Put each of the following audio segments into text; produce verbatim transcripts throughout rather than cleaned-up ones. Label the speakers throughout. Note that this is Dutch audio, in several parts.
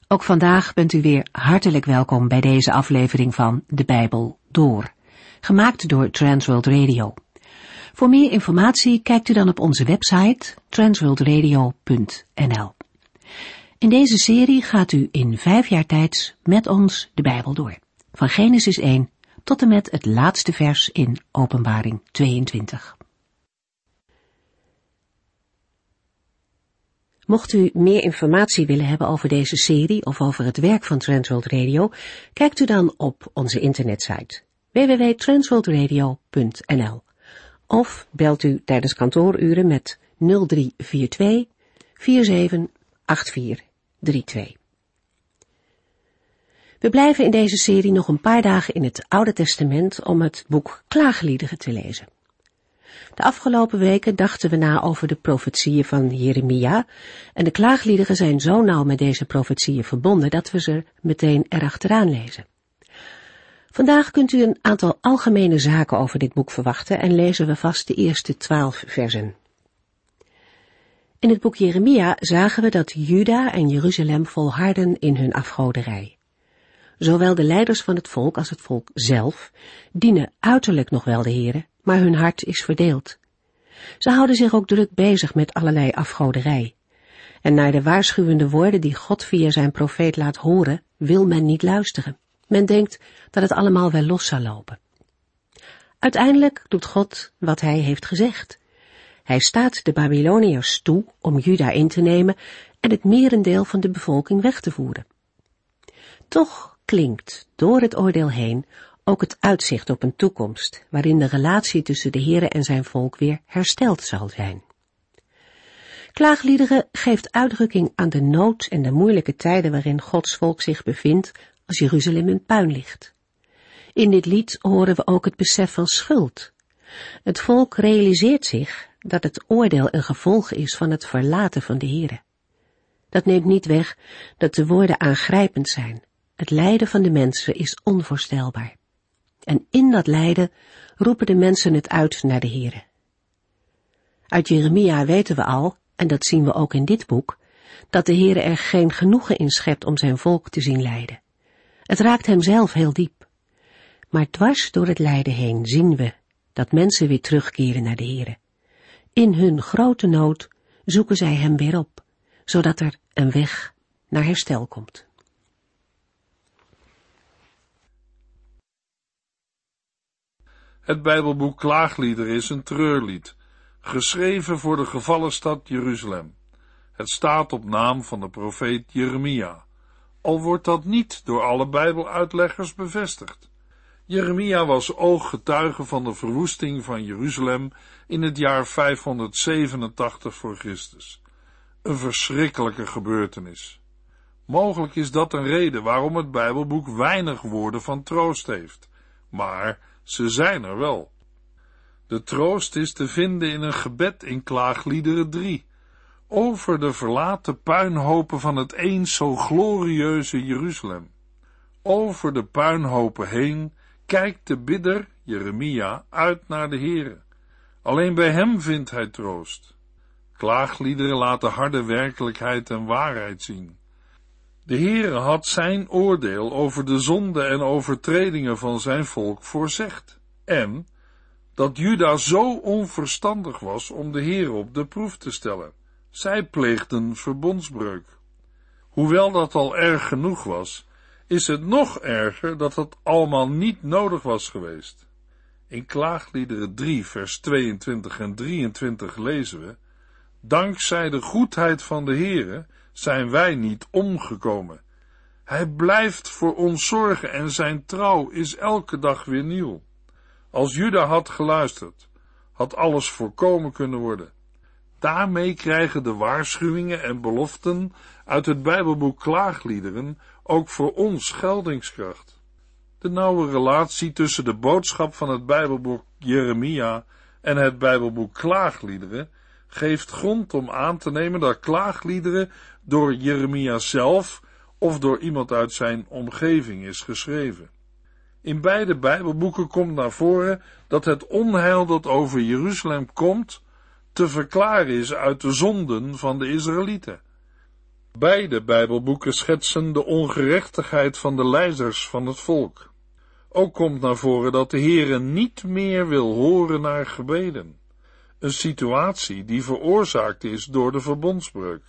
Speaker 1: Ook vandaag bent u weer hartelijk welkom bij deze aflevering van De Bijbel Door, gemaakt door Transworld Radio. Voor meer informatie kijkt u dan op onze website transworld radio punt n l. In deze serie gaat u in vijf jaar tijd met ons de Bijbel door, van Genesis één tot en met het laatste vers in Openbaring tweeëntwintig. Mocht u meer informatie willen hebben over deze serie of over het werk van Transworld Radio, kijkt u dan op onze internetsite w w w punt transworld radio punt n l of belt u tijdens kantooruren met nul drie vier twee vier zeven acht vier drie twee. We blijven in deze serie nog een paar dagen in het Oude Testament om het boek Klaagliederen te lezen. De afgelopen weken dachten we na over de profetieën van Jeremia en de klaagliederen zijn zo nauw met deze profetieën verbonden dat we ze meteen erachteraan lezen. Vandaag kunt u een aantal algemene zaken over dit boek verwachten en lezen we vast de eerste twaalf versen. In het boek Jeremia zagen we dat Juda en Jeruzalem volharden in hun afgoderij. Zowel de leiders van het volk als het volk zelf dienen uiterlijk nog wel de Here, maar hun hart is verdeeld. Ze houden zich ook druk bezig met allerlei afgoderij. En naar de waarschuwende woorden die God via zijn profeet laat horen, wil men niet luisteren. Men denkt dat het allemaal wel los zal lopen. Uiteindelijk doet God wat hij heeft gezegd. Hij staat de Babyloniërs toe om Juda in te nemen en het merendeel van de bevolking weg te voeren. Toch klinkt door het oordeel heen ook het uitzicht op een toekomst, waarin de relatie tussen de Here en zijn volk weer hersteld zal zijn. Klaagliederen geeft uitdrukking aan de nood en de moeilijke tijden waarin Gods volk zich bevindt als Jeruzalem in puin ligt. In dit lied horen we ook het besef van schuld. Het volk realiseert zich dat het oordeel een gevolg is van het verlaten van de Here. Dat neemt niet weg dat de woorden aangrijpend zijn. Het lijden van de mensen is onvoorstelbaar. En in dat lijden roepen de mensen het uit naar de Here. Uit Jeremia weten we al, en dat zien we ook in dit boek, dat de Here er geen genoegen in schept om zijn volk te zien lijden. Het raakt hem zelf heel diep. Maar dwars door het lijden heen zien we dat mensen weer terugkeren naar de Here. In hun grote nood zoeken zij hem weer op, zodat er een weg naar herstel komt.
Speaker 2: Het Bijbelboek Klaagliederen is een treurlied, geschreven voor de gevallen stad Jeruzalem. Het staat op naam van de profeet Jeremia, al wordt dat niet door alle Bijbeluitleggers bevestigd. Jeremia was ooggetuige van de verwoesting van Jeruzalem in het jaar vijfhonderdzevenentachtig voor Christus. Een verschrikkelijke gebeurtenis. Mogelijk is dat een reden waarom het Bijbelboek weinig woorden van troost heeft, maar ze zijn er wel. De troost is te vinden in een gebed in Klaagliederen drie, over de verlaten puinhopen van het eens zo glorieuze Jeruzalem. Over de puinhopen heen kijkt de bidder, Jeremia, uit naar de Here. Alleen bij hem vindt hij troost. Klaagliederen laten harde werkelijkheid en waarheid zien. De Heere had zijn oordeel over de zonde en overtredingen van zijn volk voorzegd. En dat Juda zo onverstandig was om de Heere op de proef te stellen. Zij pleegden verbondsbreuk. Hoewel dat al erg genoeg was, is het nog erger dat het allemaal niet nodig was geweest. In Klaagliederen drie, vers tweeëntwintig en drieëntwintig lezen we: dankzij de goedheid van de Heere zijn wij niet omgekomen. Hij blijft voor ons zorgen en zijn trouw is elke dag weer nieuw. Als Juda had geluisterd, had alles voorkomen kunnen worden. Daarmee krijgen de waarschuwingen en beloften uit het Bijbelboek Klaagliederen ook voor ons geldingskracht. De nauwe relatie tussen de boodschap van het Bijbelboek Jeremia en het Bijbelboek Klaagliederen geeft grond om aan te nemen dat Klaagliederen door Jeremia zelf of door iemand uit zijn omgeving is geschreven. In beide Bijbelboeken komt naar voren dat het onheil dat over Jeruzalem komt te verklaren is uit de zonden van de Israëlieten. Beide Bijbelboeken schetsen de ongerechtigheid van de leiders van het volk. Ook komt naar voren dat de Heere niet meer wil horen naar gebeden. Een situatie die veroorzaakt is door de verbondsbreuk.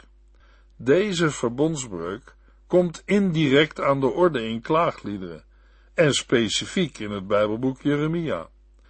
Speaker 2: Deze verbondsbreuk komt indirect aan de orde in klaagliederen en specifiek in het Bijbelboek Jeremia.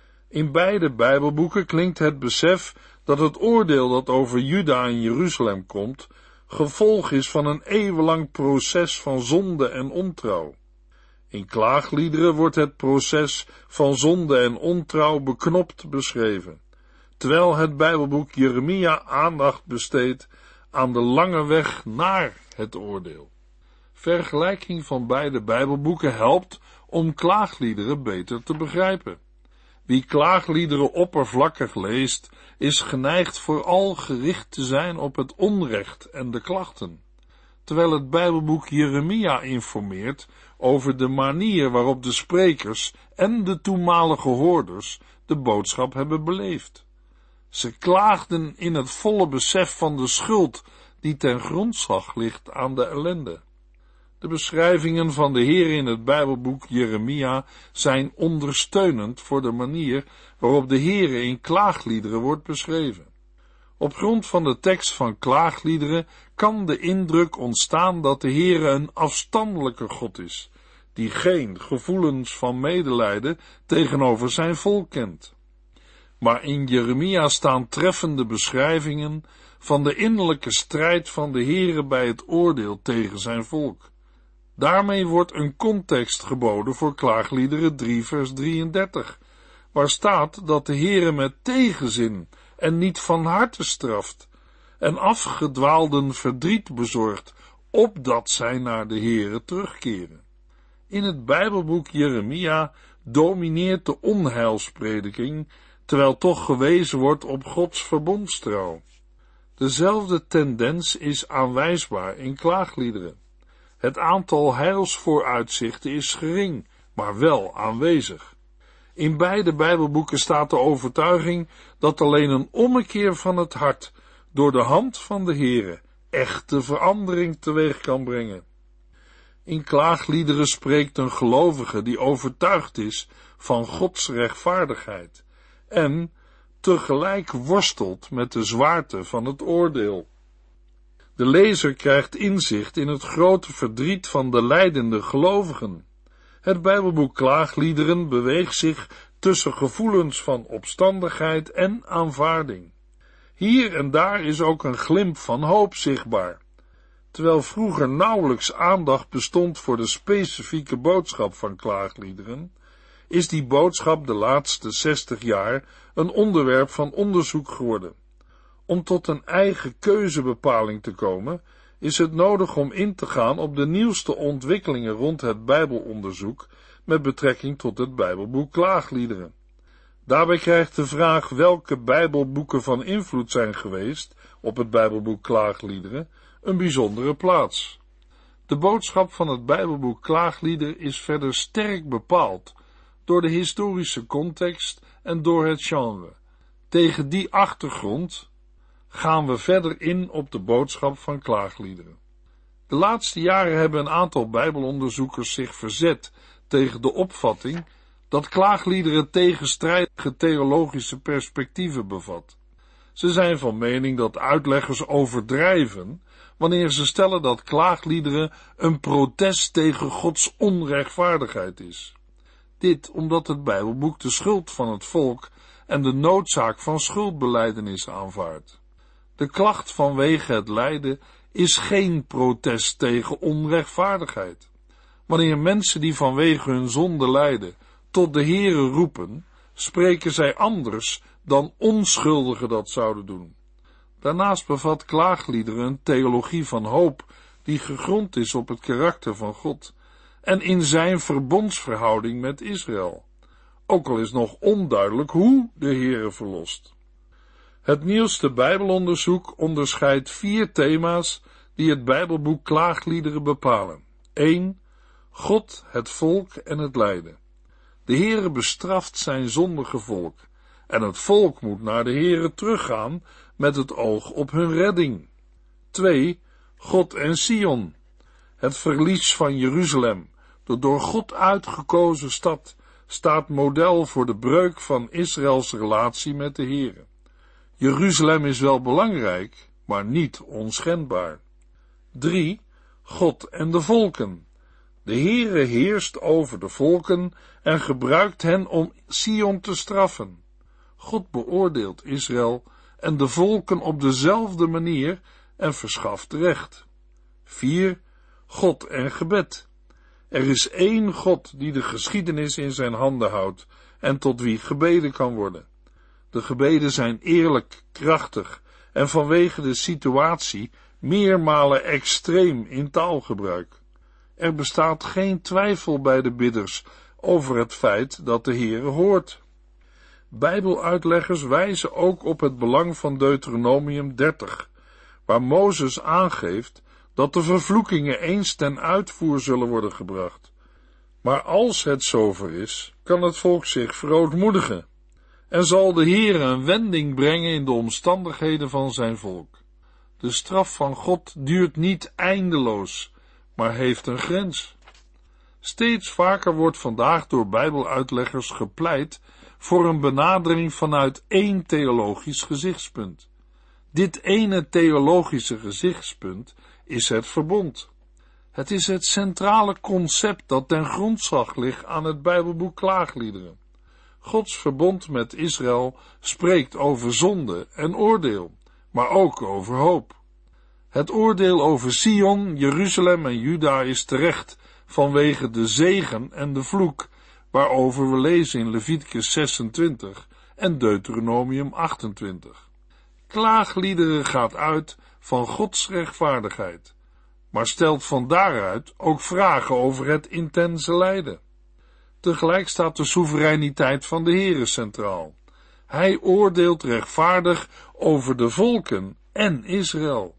Speaker 2: In beide Bijbelboeken klinkt het besef dat het oordeel dat over Juda en Jeruzalem komt, gevolg is van een eeuwenlang proces van zonde en ontrouw. In klaagliederen wordt het proces van zonde en ontrouw beknopt beschreven, terwijl het Bijbelboek Jeremia aandacht besteedt aan de lange weg naar het oordeel. Vergelijking van beide Bijbelboeken helpt om klaagliederen beter te begrijpen. Wie klaagliederen oppervlakkig leest, is geneigd vooral gericht te zijn op het onrecht en de klachten, terwijl het Bijbelboek Jeremia informeert over de manier waarop de sprekers en de toenmalige hoorders de boodschap hebben beleefd. Ze klaagden in het volle besef van de schuld die ten grondslag ligt aan de ellende. De beschrijvingen van de Heer in het Bijbelboek Jeremia zijn ondersteunend voor de manier waarop de Heer in klaagliederen wordt beschreven. Op grond van de tekst van klaagliederen kan de indruk ontstaan dat de Heer een afstandelijke God is, die geen gevoelens van medelijden tegenover zijn volk kent. Maar in Jeremia staan treffende beschrijvingen van de innerlijke strijd van de Heere bij het oordeel tegen zijn volk. Daarmee wordt een context geboden voor klaagliederen drie vers drieëndertig, waar staat dat de Heere met tegenzin en niet van harte straft en afgedwaalden verdriet bezorgt, opdat zij naar de Heere terugkeren. In het Bijbelboek Jeremia domineert de onheilsprediking, terwijl toch gewezen wordt op Gods verbondstrouw. Dezelfde tendens is aanwijsbaar in klaagliederen. Het aantal heilsvooruitzichten is gering, maar wel aanwezig. In beide Bijbelboeken staat de overtuiging dat alleen een ommekeer van het hart door de hand van de Heere echte verandering teweeg kan brengen. In klaagliederen spreekt een gelovige die overtuigd is van Gods rechtvaardigheid en tegelijk worstelt met de zwaarte van het oordeel. De lezer krijgt inzicht in het grote verdriet van de lijdende gelovigen. Het Bijbelboek Klaagliederen beweegt zich tussen gevoelens van opstandigheid en aanvaarding. Hier en daar is ook een glimp van hoop zichtbaar. Terwijl vroeger nauwelijks aandacht bestond voor de specifieke boodschap van klaagliederen, is die boodschap de laatste zestig jaar een onderwerp van onderzoek geworden. Om tot een eigen keuzebepaling te komen, is het nodig om in te gaan op de nieuwste ontwikkelingen rond het Bijbelonderzoek met betrekking tot het Bijbelboek Klaagliederen. Daarbij krijgt de vraag welke Bijbelboeken van invloed zijn geweest op het Bijbelboek Klaagliederen een bijzondere plaats. De boodschap van het Bijbelboek Klaagliederen is verder sterk bepaald door de historische context en door het genre. Tegen die achtergrond gaan we verder in op de boodschap van klaagliederen. De laatste jaren hebben een aantal Bijbelonderzoekers zich verzet tegen de opvatting dat klaagliederen tegenstrijdige theologische perspectieven bevat. Ze zijn van mening dat uitleggers overdrijven wanneer ze stellen dat klaagliederen een protest tegen Gods onrechtvaardigheid is. Dit omdat het Bijbelboek de schuld van het volk en de noodzaak van schuldbelijdenis aanvaardt. De klacht vanwege het lijden is geen protest tegen onrechtvaardigheid. Wanneer mensen die vanwege hun zonde lijden tot de Heere roepen, spreken zij anders dan onschuldigen dat zouden doen. Daarnaast bevat klaagliederen een theologie van hoop die gegrond is op het karakter van God en in zijn verbondsverhouding met Israël, ook al is nog onduidelijk hoe de Heere verlost. Het nieuwste Bijbelonderzoek onderscheidt vier thema's die het Bijbelboek Klaagliederen bepalen. één. God, het volk en het lijden. De Heere bestraft zijn zondige volk en het volk moet naar de Heere teruggaan met het oog op hun redding. twee. God en Sion. Het verlies van Jeruzalem, de door God uitgekozen stad, staat model voor de breuk van Israëls relatie met de Heere. Jeruzalem is wel belangrijk, maar niet onschendbaar. drie. God en de volken. De Heere heerst over de volken en gebruikt hen om Sion te straffen. God beoordeelt Israël en de volken op dezelfde manier en verschaft recht. vier. God en gebed. Er is één God die de geschiedenis in zijn handen houdt en tot wie gebeden kan worden. De gebeden zijn eerlijk, krachtig en vanwege de situatie meermalen extreem in taalgebruik. Er bestaat geen twijfel bij de bidders over het feit dat de Heere hoort. Bijbeluitleggers wijzen ook op het belang van Deuteronomium dertig, waar Mozes aangeeft dat de vervloekingen eens ten uitvoer zullen worden gebracht. Maar als het zover is, kan het volk zich verootmoedigen en zal de Heere een wending brengen in de omstandigheden van zijn volk. De straf van God duurt niet eindeloos, maar heeft een grens. Steeds vaker wordt vandaag door Bijbeluitleggers gepleit voor een benadering vanuit één theologisch gezichtspunt. Dit ene theologische gezichtspunt is het verbond. Het is het centrale concept dat ten grondslag ligt aan het Bijbelboek Klaagliederen. Gods verbond met Israël spreekt over zonde en oordeel, maar ook over hoop. Het oordeel over Sion, Jeruzalem en Juda is terecht vanwege de zegen en de vloek, waarover we lezen in Leviticus zesentwintig en Deuteronomium achtentwintig. Klaagliederen gaat uit van Gods rechtvaardigheid, maar stelt van daaruit ook vragen over het intense lijden. Tegelijk staat de soevereiniteit van de Heere centraal. Hij oordeelt rechtvaardig over de volken en Israël.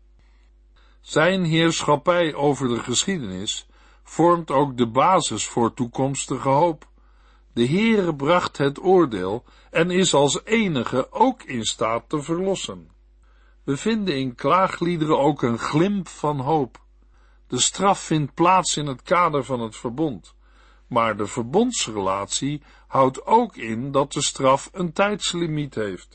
Speaker 2: Zijn heerschappij over de geschiedenis vormt ook de basis voor toekomstige hoop. De Heere bracht het oordeel en is als enige ook in staat te verlossen. We vinden in klaagliederen ook een glimp van hoop. De straf vindt plaats in het kader van het verbond, maar de verbondsrelatie houdt ook in dat de straf een tijdslimiet heeft.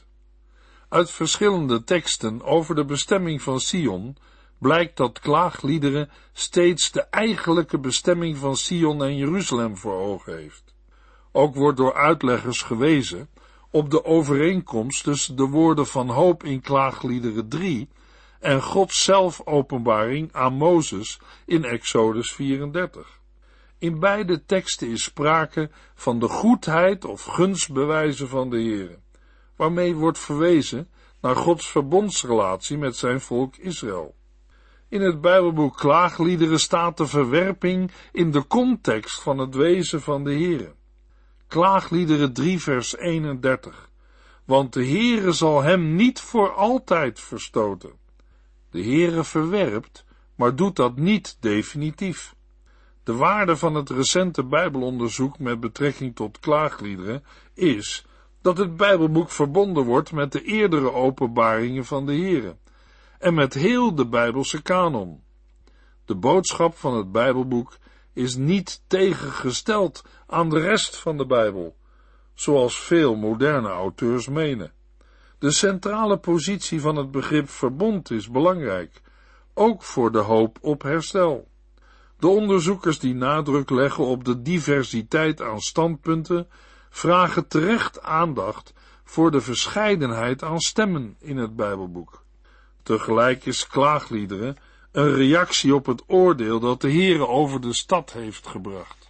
Speaker 2: Uit verschillende teksten over de bestemming van Sion blijkt dat klaagliederen steeds de eigenlijke bestemming van Sion en Jeruzalem voor ogen heeft. Ook wordt door uitleggers gewezen op de overeenkomst tussen de woorden van hoop in klaagliederen drie en Gods zelfopenbaring aan Mozes in Exodus vierendertig. In beide teksten is sprake van de goedheid of gunstbewijzen van de Heere, waarmee wordt verwezen naar Gods verbondsrelatie met zijn volk Israël. In het Bijbelboek Klaagliederen staat de verwerping in de context van het wezen van de Heere. Klaagliederen drie vers eenendertig. Want de Heere zal hem niet voor altijd verstoten. De Heere verwerpt, maar doet dat niet definitief. De waarde van het recente Bijbelonderzoek met betrekking tot klaagliederen is dat het Bijbelboek verbonden wordt met de eerdere openbaringen van de Heere en met heel de Bijbelse kanon. De boodschap van het Bijbelboek is niet tegengesteld aan de rest van de Bijbel, zoals veel moderne auteurs menen. De centrale positie van het begrip verbond is belangrijk, ook voor de hoop op herstel. De onderzoekers die nadruk leggen op de diversiteit aan standpunten, vragen terecht aandacht voor de verscheidenheid aan stemmen in het Bijbelboek. Tegelijk is klaagliederen een reactie op het oordeel dat de Heere over de stad heeft gebracht.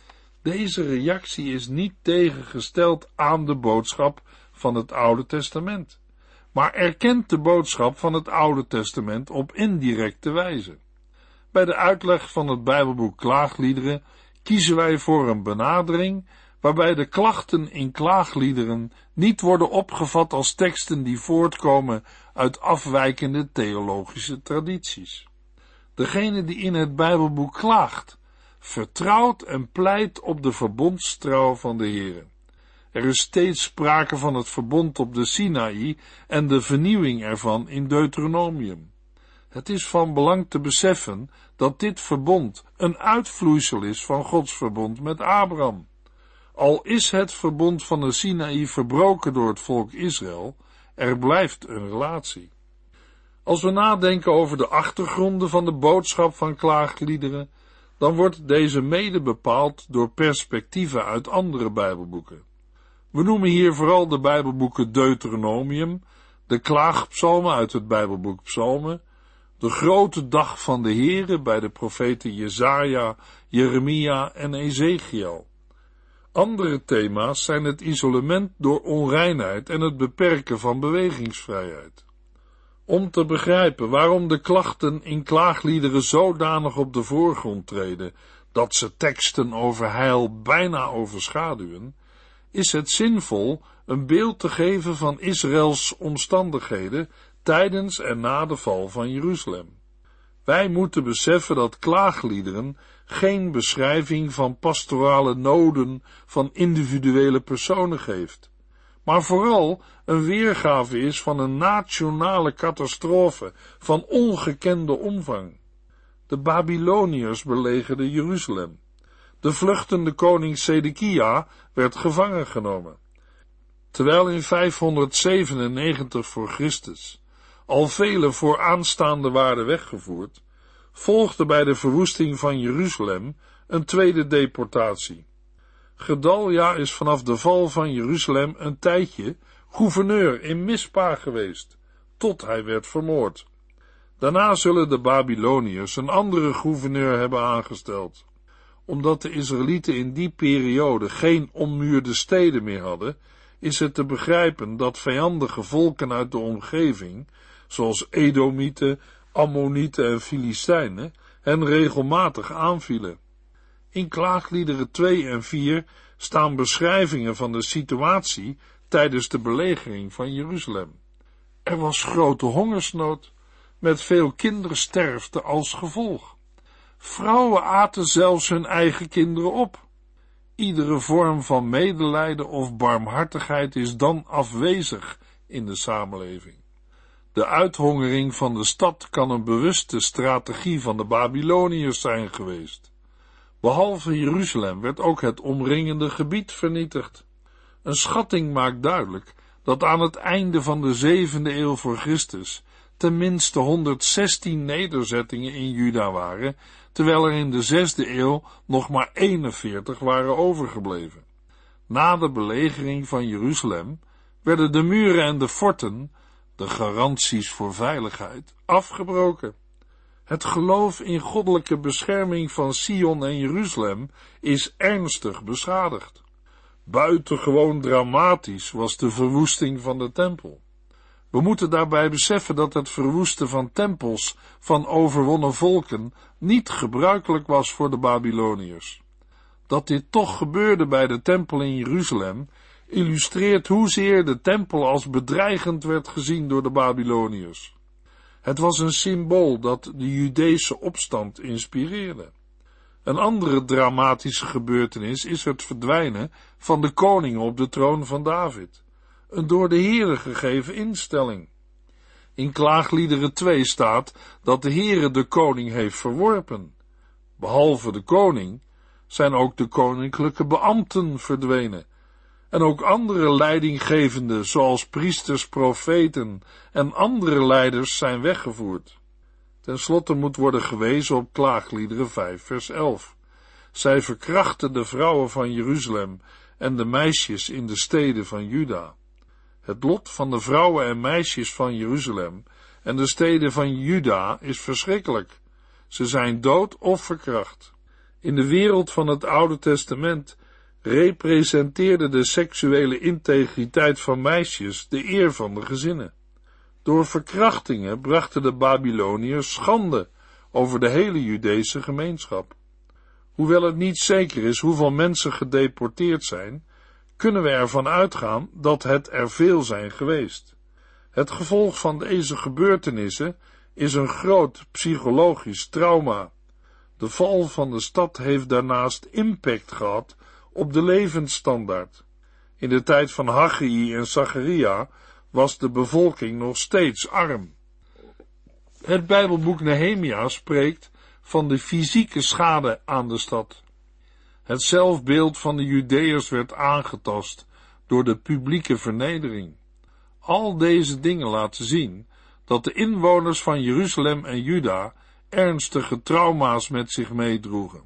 Speaker 2: Deze reactie is niet tegengesteld aan de boodschap van het Oude Testament, maar erkent de boodschap van het Oude Testament op indirecte wijze. Bij de uitleg van het Bijbelboek Klaagliederen kiezen wij voor een benadering waarbij de klachten in klaagliederen niet worden opgevat als teksten die voortkomen uit afwijkende theologische tradities. Degene die in het Bijbelboek klaagt, vertrouwt en pleit op de verbondstrouw van de Heere. Er is steeds sprake van het verbond op de Sinaï en de vernieuwing ervan in Deuteronomium. Het is van belang te beseffen dat dit verbond een uitvloeisel is van Gods verbond met Abraham. Al is het verbond van de Sinaï verbroken door het volk Israël, er blijft een relatie. Als we nadenken over de achtergronden van de boodschap van klaagliederen, dan wordt deze mede bepaald door perspectieven uit andere Bijbelboeken. We noemen hier vooral de Bijbelboeken Deuteronomium, de klaagpsalmen uit het Bijbelboek Psalmen, de grote dag van de Heere bij de profeten Jesaja, Jeremia en Ezekiel. Andere thema's zijn het isolement door onreinheid en het beperken van bewegingsvrijheid. Om te begrijpen waarom de klachten in klaagliederen zodanig op de voorgrond treden, dat ze teksten over heil bijna overschaduwen, is het zinvol een beeld te geven van Israëls omstandigheden tijdens en na de val van Jeruzalem. Wij moeten beseffen dat klaagliederen geen beschrijving van pastorale noden van individuele personen geeft, maar vooral een weergave is van een nationale catastrofe van ongekende omvang. De Babyloniërs belegerden Jeruzalem. De vluchtende koning Sedekia werd gevangen genomen. Terwijl in vijfhonderdzevenennegentig voor Christus al vele vooraanstaande waren weggevoerd, volgde bij de verwoesting van Jeruzalem een tweede deportatie. Gedalia is vanaf de val van Jeruzalem een tijdje gouverneur in Mispa geweest, tot hij werd vermoord. Daarna zullen de Babyloniërs een andere gouverneur hebben aangesteld. Omdat de Israëlieten in die periode geen ommuurde steden meer hadden, is het te begrijpen dat vijandige volken uit de omgeving, zoals Edomieten, Ammonieten en Filistijnen, hen regelmatig aanvielen. In klaagliederen twee en vier staan beschrijvingen van de situatie tijdens de belegering van Jeruzalem. Er was grote hongersnood, met veel kindersterfte als gevolg. Vrouwen aten zelfs hun eigen kinderen op. Iedere vorm van medelijden of barmhartigheid is dan afwezig in de samenleving. De uithongering van de stad kan een bewuste strategie van de Babyloniërs zijn geweest. Behalve Jeruzalem werd ook het omringende gebied vernietigd. Een schatting maakt duidelijk dat aan het einde van de zevende eeuw voor Christus tenminste honderdzestien nederzettingen in Juda waren, terwijl er in de zesde eeuw nog maar eenenveertig waren overgebleven. Na de belegering van Jeruzalem werden de muren en de forten, de garanties voor veiligheid, afgebroken. Het geloof in goddelijke bescherming van Sion en Jeruzalem is ernstig beschadigd. Buitengewoon dramatisch was de verwoesting van de tempel. We moeten daarbij beseffen dat het verwoesten van tempels van overwonnen volken niet gebruikelijk was voor de Babyloniërs. Dat dit toch gebeurde bij de tempel in Jeruzalem illustreert hoezeer de tempel als bedreigend werd gezien door de Babyloniërs. Het was een symbool dat de Judeese opstand inspireerde. Een andere dramatische gebeurtenis is het verdwijnen van de koning op de troon van David, een door de Heere gegeven instelling. In klaagliederen twee staat dat de Heere de koning heeft verworpen. Behalve de koning zijn ook de koninklijke beambten verdwenen, en ook andere leidinggevenden, zoals priesters, profeten en andere leiders, zijn weggevoerd. Ten slotte moet worden gewezen op klaagliederen vijf vers elf. Zij verkrachten de vrouwen van Jeruzalem en de meisjes in de steden van Juda. Het lot van de vrouwen en meisjes van Jeruzalem en de steden van Juda is verschrikkelijk. Ze zijn dood of verkracht. In de wereld van het Oude Testament representeerde de seksuele integriteit van meisjes de eer van de gezinnen. Door verkrachtingen brachten de Babyloniërs schande over de hele Judese gemeenschap. Hoewel het niet zeker is hoeveel mensen gedeporteerd zijn, kunnen we ervan uitgaan dat het er veel zijn geweest. Het gevolg van deze gebeurtenissen is een groot psychologisch trauma. De val van de stad heeft daarnaast impact gehad op de levensstandaard. In de tijd van Haggai en Zacharia was de bevolking nog steeds arm. Het Bijbelboek Nehemia spreekt van de fysieke schade aan de stad. Het zelfbeeld van de Judeërs werd aangetast door de publieke vernedering. Al deze dingen laten zien dat de inwoners van Jeruzalem en Juda ernstige trauma's met zich meedroegen.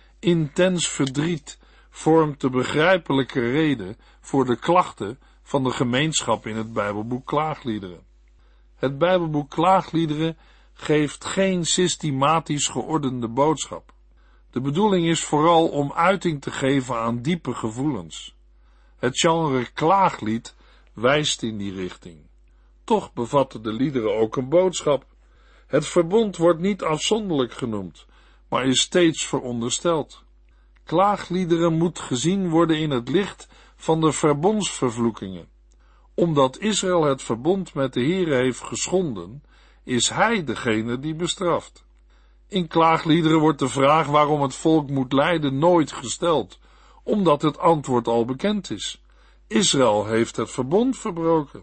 Speaker 2: Intens verdriet vormt de begrijpelijke reden voor de klachten van de gemeenschap in het Bijbelboek Klaagliederen. Het Bijbelboek Klaagliederen geeft geen systematisch geordende boodschap. De bedoeling is vooral om uiting te geven aan diepe gevoelens. Het genre klaaglied wijst in die richting. Toch bevatten de liederen ook een boodschap. Het verbond wordt niet afzonderlijk genoemd, maar is steeds verondersteld. Klaagliederen moet gezien worden in het licht van de verbondsvervloekingen. Omdat Israël het verbond met de Heere heeft geschonden, is hij degene die bestraft. In klaagliederen wordt de vraag waarom het volk moet lijden nooit gesteld, omdat het antwoord al bekend is. Israël heeft het verbond verbroken.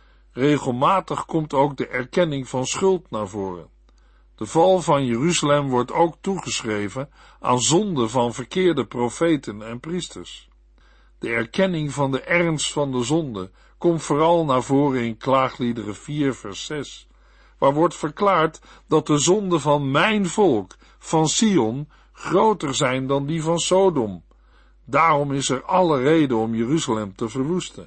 Speaker 2: Regelmatig komt ook de erkenning van schuld naar voren. De val van Jeruzalem wordt ook toegeschreven aan zonde van verkeerde profeten en priesters. De erkenning van de ernst van de zonde komt vooral naar voren in Klaagliederen vier vers zes, waar wordt verklaard dat de zonden van mijn volk, van Sion, groter zijn dan die van Sodom. Daarom is er alle reden om Jeruzalem te verwoesten.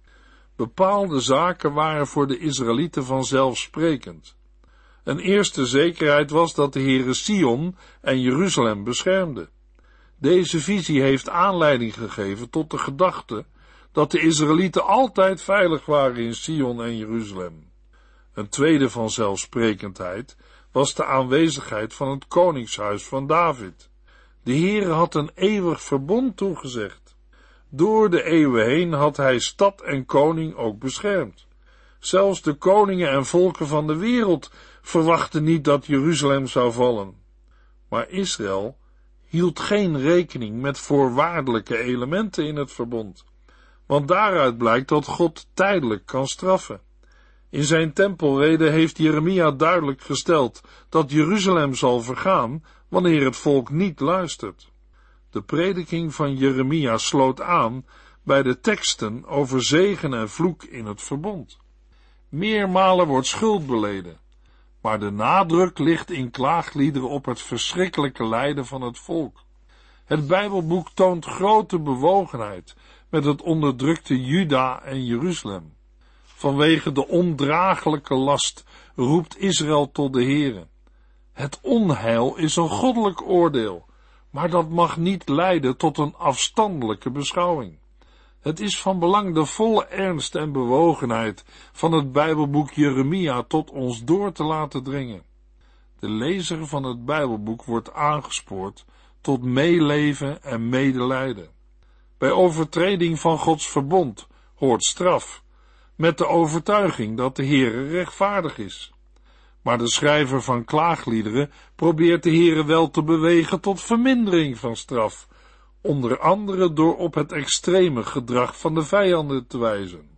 Speaker 2: Bepaalde zaken waren voor de Israëlieten vanzelfsprekend. Een eerste zekerheid was dat de Heere Sion en Jeruzalem beschermde. Deze visie heeft aanleiding gegeven tot de gedachte dat de Israëlieten altijd veilig waren in Sion en Jeruzalem. Een tweede vanzelfsprekendheid was de aanwezigheid van het koningshuis van David. De Heere had een eeuwig verbond toegezegd. Door de eeuwen heen had hij stad en koning ook beschermd. Zelfs de koningen en volken van de wereld verwachten niet dat Jeruzalem zou vallen. Maar Israël hield geen rekening met voorwaardelijke elementen in het verbond, want daaruit blijkt dat God tijdelijk kan straffen. In zijn tempelrede heeft Jeremia duidelijk gesteld dat Jeruzalem zal vergaan wanneer het volk niet luistert. De prediking van Jeremia sloot aan bij de teksten over zegen en vloek in het verbond. Meermalen wordt schuld beleden, maar de nadruk ligt in klaagliederen op het verschrikkelijke lijden van het volk. Het Bijbelboek toont grote bewogenheid met het onderdrukte Juda en Jeruzalem. Vanwege de ondraaglijke last roept Israël tot de Heere. Het onheil is een goddelijk oordeel, maar dat mag niet leiden tot een afstandelijke beschouwing. Het is van belang de volle ernst en bewogenheid van het Bijbelboek Jeremia tot ons door te laten dringen. De lezer van het Bijbelboek wordt aangespoord tot meeleven en medelijden. Bij overtreding van Gods verbond hoort straf, met de overtuiging dat de Heere rechtvaardig is. Maar de schrijver van klaagliederen probeert de Heere wel te bewegen tot vermindering van straf, onder andere door op het extreme gedrag van de vijanden te wijzen.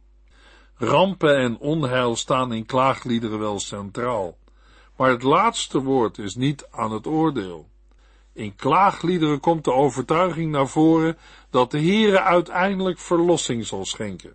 Speaker 2: Rampen en onheil staan in klaagliederen wel centraal, maar het laatste woord is niet aan het oordeel. In klaagliederen komt de overtuiging naar voren dat de Heere uiteindelijk verlossing zal schenken.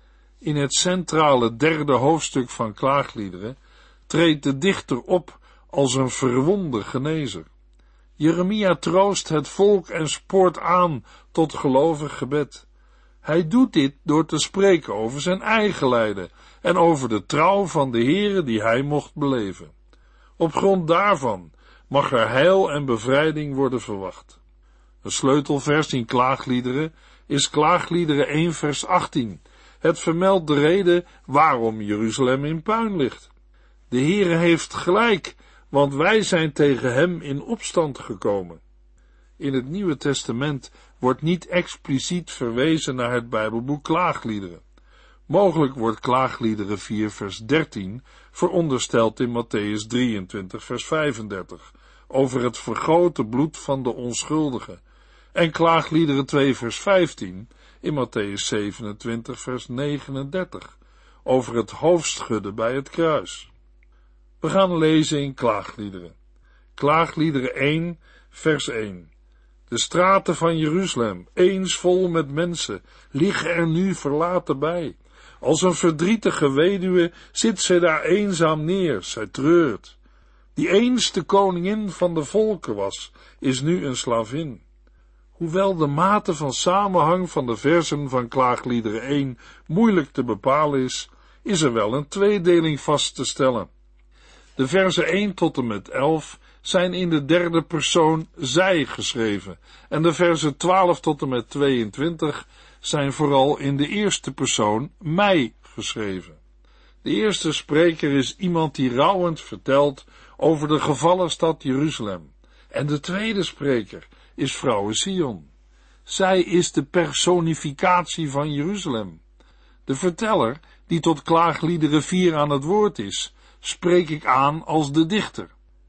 Speaker 2: In het centrale derde hoofdstuk van klaagliederen treedt de dichter op als een verwonde genezer. Jeremia troost het volk en spoort aan tot gelovig gebed. Hij doet dit door te spreken over zijn eigen lijden en over de trouw van de Heere die hij mocht beleven. Op grond daarvan mag er heil en bevrijding worden verwacht. Een sleutelvers in klaagliederen is klaagliederen één vers achttien. Het vermeldt de reden waarom Jeruzalem in puin ligt. De Heere heeft gelijk, want wij zijn tegen hem in opstand gekomen. In het Nieuwe Testament wordt niet expliciet verwezen naar het Bijbelboek Klaagliederen. Mogelijk wordt Klaagliederen vier vers dertien verondersteld in Matthäus drieëntwintig vers vijfendertig, over het vergoten bloed van de onschuldigen, en Klaagliederen twee vers vijftien in Matthäus zevenentwintig vers negenendertig, over het hoofdschudden bij het kruis. We gaan lezen in Klaagliederen. Klaagliederen één, vers één. De straten van Jeruzalem, eens vol met mensen, liggen er nu verlaten bij. Als een verdrietige weduwe zit zij daar eenzaam neer, zij treurt. Die eens de koningin van de volken was, is nu een slavin. Hoewel de mate van samenhang van de versen van Klaagliederen één moeilijk te bepalen is, is er wel een tweedeling vast te stellen. De versen één tot en met elf zijn in de derde persoon zij geschreven en de versen twaalf tot en met tweeëntwintig zijn vooral in de eerste persoon mij geschreven. De eerste spreker is iemand die rouwend vertelt over de gevallen stad Jeruzalem en de tweede spreker is vrouwe Sion. Zij is de personificatie van Jeruzalem. De verteller, die tot Klaagliederen vier aan het woord is, spreek ik aan als de dichter.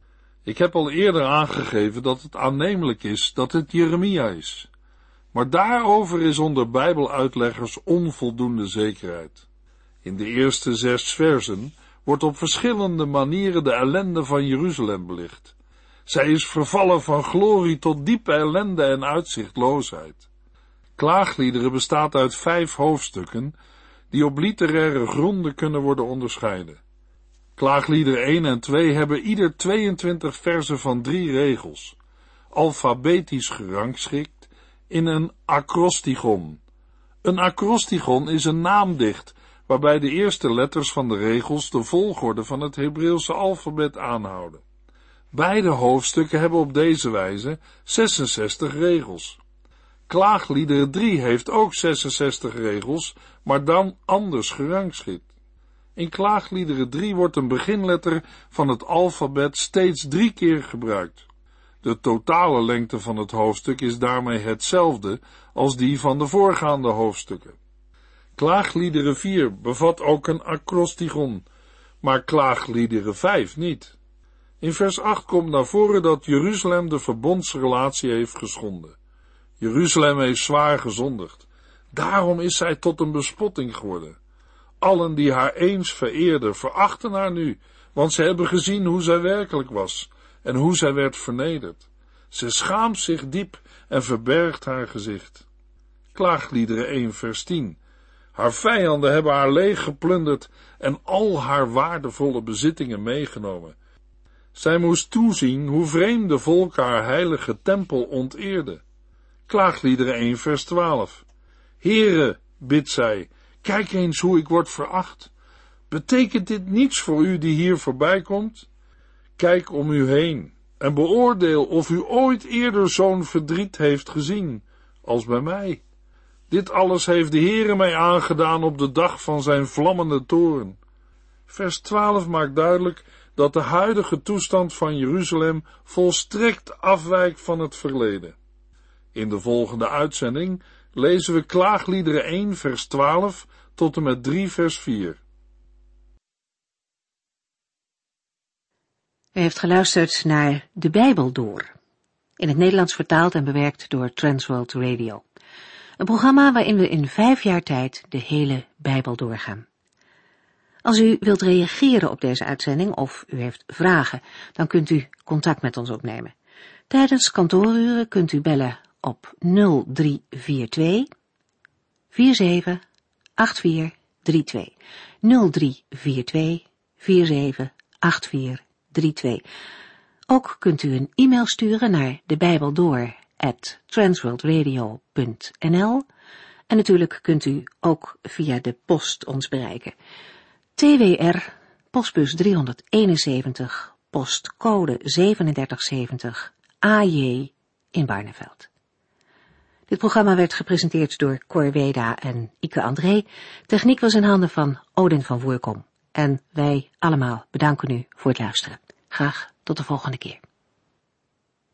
Speaker 2: Ik heb al eerder aangegeven dat het aannemelijk is dat het Jeremia is. Maar daarover is onder Bijbeluitleggers onvoldoende zekerheid. In de eerste zes versen wordt op verschillende manieren de ellende van Jeruzalem belicht. Zij is vervallen van glorie tot diepe ellende en uitzichtloosheid. Klaagliederen bestaat uit vijf hoofdstukken, die op literaire gronden kunnen worden onderscheiden. Klaagliederen één en twee hebben ieder tweeëntwintig versen van drie regels, alfabetisch gerangschikt in een acrostigon. Een acrostigon is een naamdicht, waarbij de eerste letters van de regels de volgorde van het Hebreeuwse alfabet aanhouden. Beide hoofdstukken hebben op deze wijze zesenzestig regels. Klaagliederen drie heeft ook zesenzestig regels, maar dan anders gerangschikt. In Klaagliederen drie wordt een beginletter van het alfabet steeds drie keer gebruikt. De totale lengte van het hoofdstuk is daarmee hetzelfde als die van de voorgaande hoofdstukken. Klaagliederen vier bevat ook een acrostigon, maar Klaagliederen vijf niet. In vers acht komt naar voren dat Jeruzalem de verbondsrelatie heeft geschonden. Jeruzalem heeft zwaar gezondigd. Daarom is zij tot een bespotting geworden. Allen die haar eens vereerden, verachten haar nu, want ze hebben gezien hoe zij werkelijk was en hoe zij werd vernederd. Ze schaamt zich diep en verbergt haar gezicht. Klaagliederen één vers tien. Haar vijanden hebben haar leeg geplunderd en al haar waardevolle bezittingen meegenomen. Zij moest toezien hoe vreemde volken haar heilige tempel onteerden. Klaagliederen één vers twaalf. Heere, bidt zij, kijk eens hoe ik word veracht. Betekent dit niets voor u die hier voorbij komt? Kijk om u heen en beoordeel of u ooit eerder zo'n verdriet heeft gezien als bij mij. Dit alles heeft de Heere mij aangedaan op de dag van zijn vlammende toorn. Vers twaalf maakt duidelijk dat de huidige toestand van Jeruzalem volstrekt afwijkt van het verleden. In de volgende uitzending lezen we Klaagliederen één vers twaalf tot en met drie vers vier.
Speaker 1: U heeft geluisterd naar De Bijbel Door, in het Nederlands vertaald en bewerkt door Transworld Radio. Een programma waarin we in vijf jaar tijd de hele Bijbel doorgaan. Als u wilt reageren op deze uitzending of u heeft vragen, dan kunt u contact met ons opnemen. Tijdens kantooruren kunt u bellen op nul drie vier twee vier zeven acht vier drie twee. nul drie vier twee vier zeven acht vier drie twee. Ook kunt u een e-mail sturen naar debijbeldoor at transworldradio punt n l en natuurlijk kunt u ook via de post ons bereiken. T W R, postbus driehonderdeenenzeventig, postcode drieënzeventig zeventig, A J in Barneveld. Dit programma werd gepresenteerd door Cor Weda en Ike André. Techniek was in handen van Odin van Voerkom. En wij allemaal bedanken u voor het luisteren. Graag tot de volgende keer.